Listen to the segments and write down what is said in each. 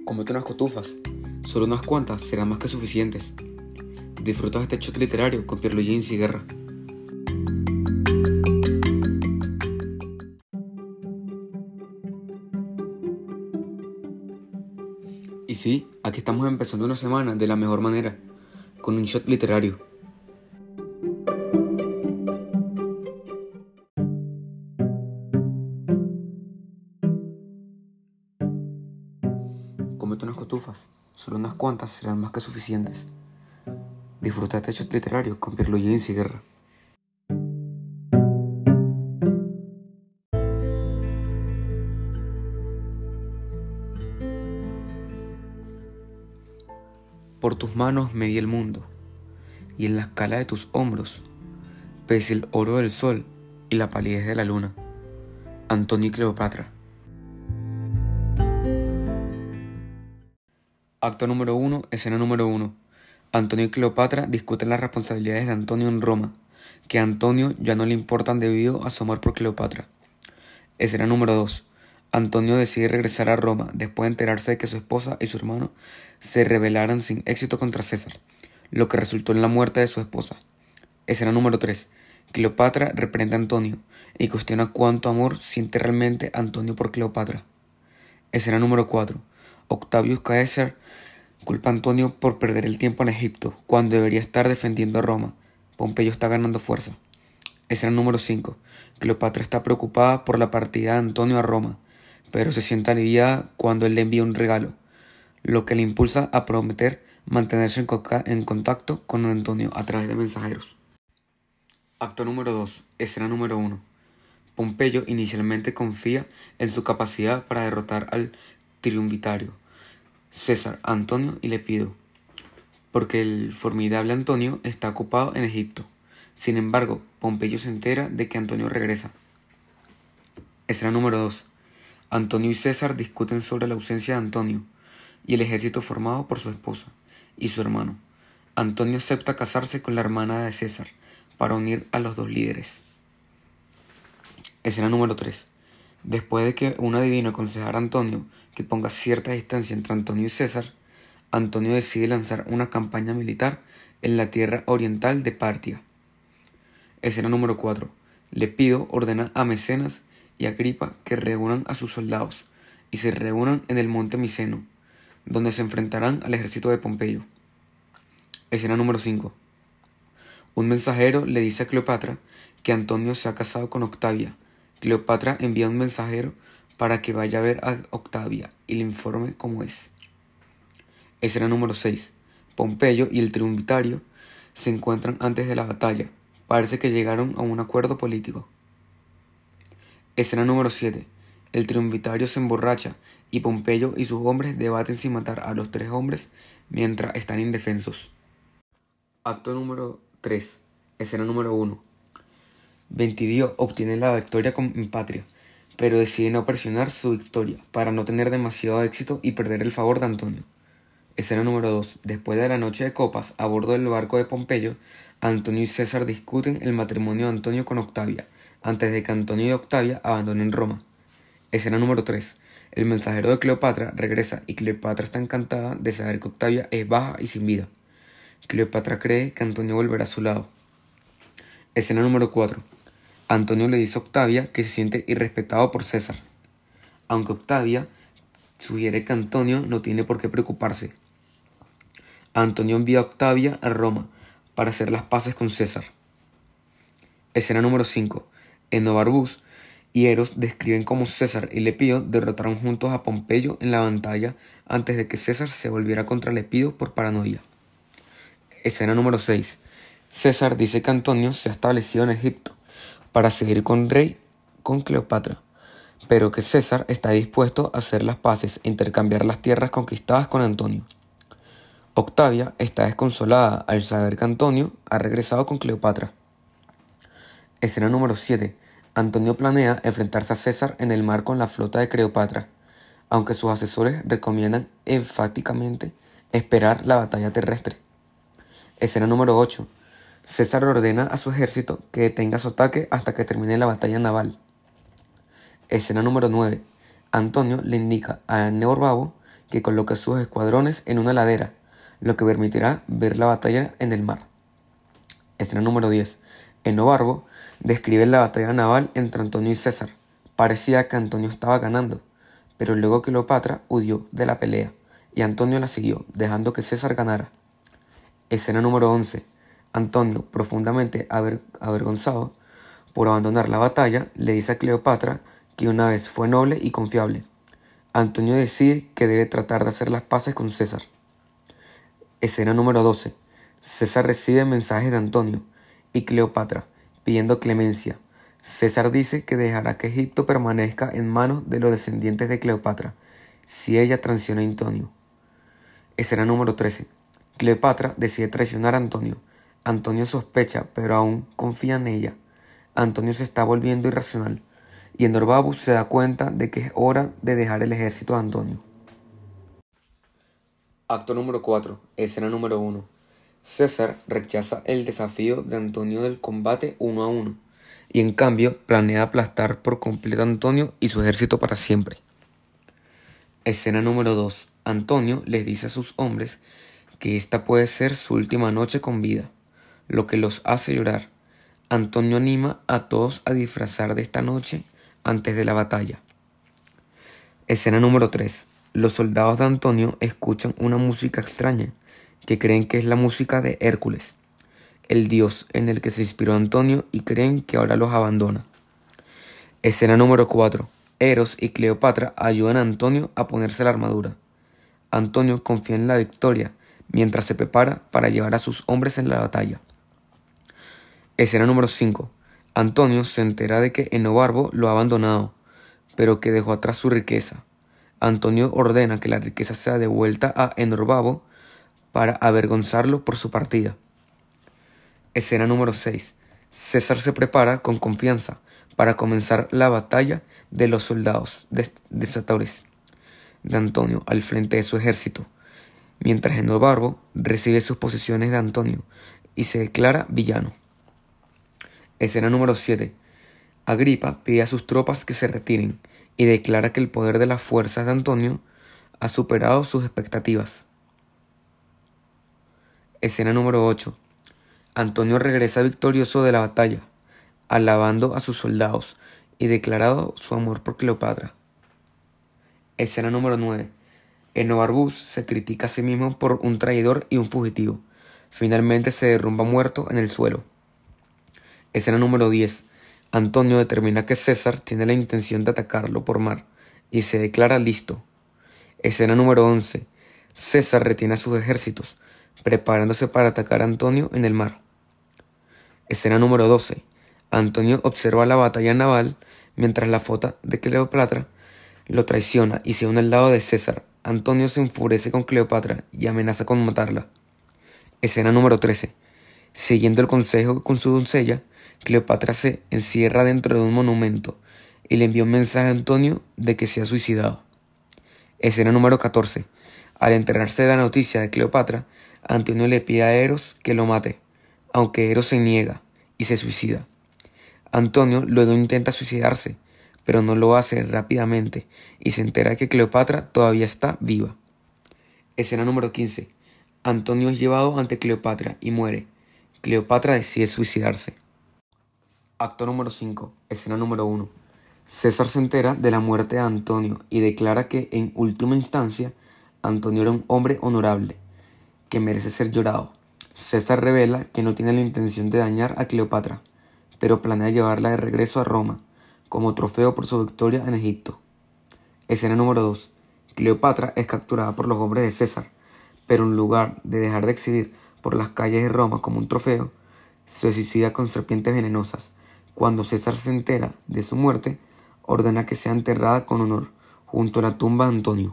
Cómete unas cotufas, solo unas cuantas serán más que suficientes. Disfruta de este shot literario con Pierluigi y Guerra. Y sí, aquí estamos empezando una semana de la mejor manera, con un shot literario. Cómete unas cotufas, solo unas cuantas serán más que suficientes. Disfruta de este shot literario con Pierluigi y Guerra. Por tus manos medí el mundo, y en la escala de tus hombros pesé el oro del sol y la palidez de la luna. Antonio y Cleopatra. Acto número 1, escena número 1. Antonio y Cleopatra discuten las responsabilidades de Antonio en Roma, que a Antonio ya no le importan debido a su amor por Cleopatra. Escena número 2. Antonio decide regresar a Roma después de enterarse de que su esposa y su hermano se rebelaran sin éxito contra César, lo que resultó en la muerte de su esposa. Escena número 3. Cleopatra reprende a Antonio y cuestiona cuánto amor siente realmente Antonio por Cleopatra. Escena número 4. Octavius Caesar culpa a Antonio por perder el tiempo en Egipto, cuando debería estar defendiendo a Roma. Pompeyo está ganando fuerza. Escena número 5. Cleopatra está preocupada por la partida de Antonio a Roma, pero se siente aliviada cuando él le envía un regalo, lo que le impulsa a prometer mantenerse en contacto con Antonio a través de mensajeros. Acto número 2. Escena número 1. Pompeyo inicialmente confía en su capacidad para derrotar al triunvitario César, Antonio y Lepido, porque el formidable Antonio está ocupado en Egipto. Sin embargo, Pompeyo se entera de que Antonio regresa. Escena número 2. Antonio y César discuten sobre la ausencia de Antonio y el ejército formado por su esposa y su hermano. Antonio acepta casarse con la hermana de César para unir a los dos líderes. Escena número 3. Después de que un adivino aconsejara a Antonio que ponga cierta distancia entre Antonio y César, Antonio decide lanzar una campaña militar en la tierra oriental de Partia. Escena número 4. Lepido ordena a Mecenas y Agripa que reúnan a sus soldados y se reúnan en el monte Miceno, donde se enfrentarán al ejército de Pompeyo. Escena número 5. Un mensajero le dice a Cleopatra que Antonio se ha casado con Octavia. Cleopatra envía un mensajero para que vaya a ver a Octavia y le informe cómo es. Escena número 6. Pompeyo y el triunvitario se encuentran antes de la batalla. Parece que llegaron a un acuerdo político. Escena número 7. El triunvitario se emborracha y Pompeyo y sus hombres debaten si matar a los 3 hombres mientras están indefensos. Acto número 3. Escena número 1. Ventidio obtiene la victoria en Patria, pero decide no presionar su victoria para no tener demasiado éxito y perder el favor de Antonio. Escena número 2. Después de la noche de copas a bordo del barco de Pompeyo, Antonio y César discuten el matrimonio de Antonio con Octavia, antes de que Antonio y Octavia abandonen Roma. Escena número 3. El mensajero de Cleopatra regresa y Cleopatra está encantada de saber que Octavia es baja y sin vida. Cleopatra cree que Antonio volverá a su lado. Escena número 4. Antonio le dice a Octavia que se siente irrespetado por César, aunque Octavia sugiere que Antonio no tiene por qué preocuparse. Antonio envía a Octavia a Roma para hacer las paces con César. Escena número 5. Enobarbus y Eros describen cómo César y Lepido derrotaron juntos a Pompeyo en la batalla antes de que César se volviera contra Lepido por paranoia. Escena número 6. César dice que Antonio se ha establecido en Egipto para seguir con Cleopatra, pero que César está dispuesto a hacer las paces e intercambiar las tierras conquistadas con Antonio. Octavia está desconsolada al saber que Antonio ha regresado con Cleopatra. Escena número 7. Antonio planea enfrentarse a César en el mar con la flota de Cleopatra, aunque sus asesores recomiendan enfáticamente esperar la batalla terrestre. Escena número 8. César ordena a su ejército que detenga su ataque hasta que termine la batalla naval. Escena número 9. Antonio le indica a Neorbabo que coloca sus escuadrones en una ladera, lo que permitirá ver la batalla en el mar. Escena número 10. Enobarbo describe la batalla naval entre Antonio y César. Parecía que Antonio estaba ganando, pero luego Cleopatra huyó de la pelea y Antonio la siguió, dejando que César ganara. Escena número 11. Antonio, profundamente avergonzado por abandonar la batalla, le dice a Cleopatra que una vez fue noble y confiable. Antonio decide que debe tratar de hacer las paces con César. Escena número 12. César recibe mensajes de Antonio y Cleopatra pidiendo clemencia. César dice que dejará que Egipto permanezca en manos de los descendientes de Cleopatra si ella traiciona a Antonio. Escena número 13. Cleopatra decide traicionar a Antonio. Antonio sospecha, pero aún confía en ella. Antonio se está volviendo irracional y Enobarbo se da cuenta de que es hora de dejar el ejército de Antonio. Acto número 4. Escena número 1. César rechaza el desafío de Antonio del combate 1 a 1 y en cambio planea aplastar por completo a Antonio y su ejército para siempre. Escena número 2. Antonio les dice a sus hombres que esta puede ser su última noche con vida, lo que los hace llorar. Antonio anima a todos a disfrazar de esta noche antes de la batalla. Escena número 3. Los soldados de Antonio escuchan una música extraña que creen que es la música de Hércules, el dios en el que se inspiró Antonio, y creen que ahora los abandona. Escena número 4. Eros y Cleopatra ayudan a Antonio a ponerse la armadura. Antonio confía en la victoria mientras se prepara para llevar a sus hombres en la batalla. Escena número 5. Antonio se entera de que Enobarbo lo ha abandonado, pero que dejó atrás su riqueza. Antonio ordena que la riqueza sea devuelta a Enobarbo para avergonzarlo por su partida. Escena número 6. César se prepara con confianza para comenzar la batalla de los soldados desertores de Antonio al frente de su ejército, mientras Enobarbo recibe sus posesiones de Antonio y se declara villano. Escena número 7. Agripa pide a sus tropas que se retiren y declara que el poder de las fuerzas de Antonio ha superado sus expectativas. Escena número 8. Antonio regresa victorioso de la batalla, alabando a sus soldados y declarado su amor por Cleopatra. Escena número 9. Enobarbo se critica a sí mismo por un traidor y un fugitivo. Finalmente se derrumba muerto en el suelo. Escena número 10. Antonio determina que César tiene la intención de atacarlo por mar y se declara listo. Escena número 11. César retiene a sus ejércitos, preparándose para atacar a Antonio en el mar. Escena número 12. Antonio observa la batalla naval mientras la flota de Cleopatra lo traiciona y se une al lado de César. Antonio se enfurece con Cleopatra y amenaza con matarla. Escena número 13. Siguiendo el consejo con su doncella, Cleopatra se encierra dentro de un monumento y le envía un mensaje a Antonio de que se ha suicidado. Escena número 14. Al enterarse de la noticia de Cleopatra, Antonio le pide a Eros que lo mate, aunque Eros se niega y se suicida. Antonio luego intenta suicidarse, pero no lo hace rápidamente y se entera que Cleopatra todavía está viva. Escena número 15. Antonio es llevado ante Cleopatra y muere. Cleopatra decide suicidarse. Acto número 5. Escena número 1. César se entera de la muerte de Antonio y declara que, en última instancia, Antonio era un hombre honorable, que merece ser llorado. César revela que no tiene la intención de dañar a Cleopatra, pero planea llevarla de regreso a Roma, como trofeo por su victoria en Egipto. Escena número 2. Cleopatra es capturada por los hombres de César, pero en lugar de dejar de exhibir por las calles de Roma como un trofeo, se suicida con serpientes venenosas. Cuando César se entera de su muerte, ordena que sea enterrada con honor, junto a la tumba de Antonio.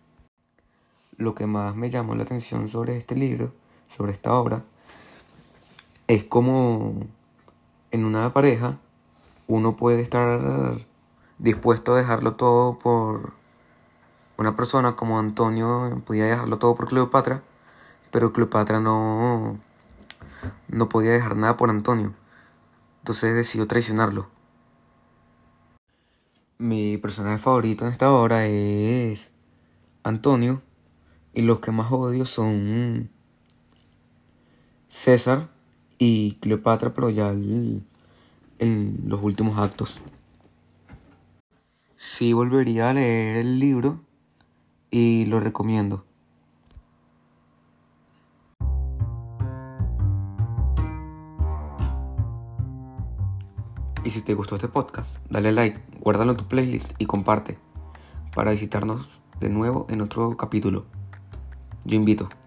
Lo que más me llamó la atención sobre este libro, sobre esta obra, es como en una pareja uno puede estar dispuesto a dejarlo todo por una persona, como Antonio podía dejarlo todo por Cleopatra, pero Cleopatra no podía dejar nada por Antonio. Entonces decidió traicionarlo. Mi personaje favorito en esta obra es Antonio, y los que más odio son César y Cleopatra, pero ya en los últimos actos. Sí volvería a leer el libro y lo recomiendo. Y si te gustó este podcast, dale like, guárdalo en tu playlist y comparte para visitarnos de nuevo en otro capítulo. Yo invito.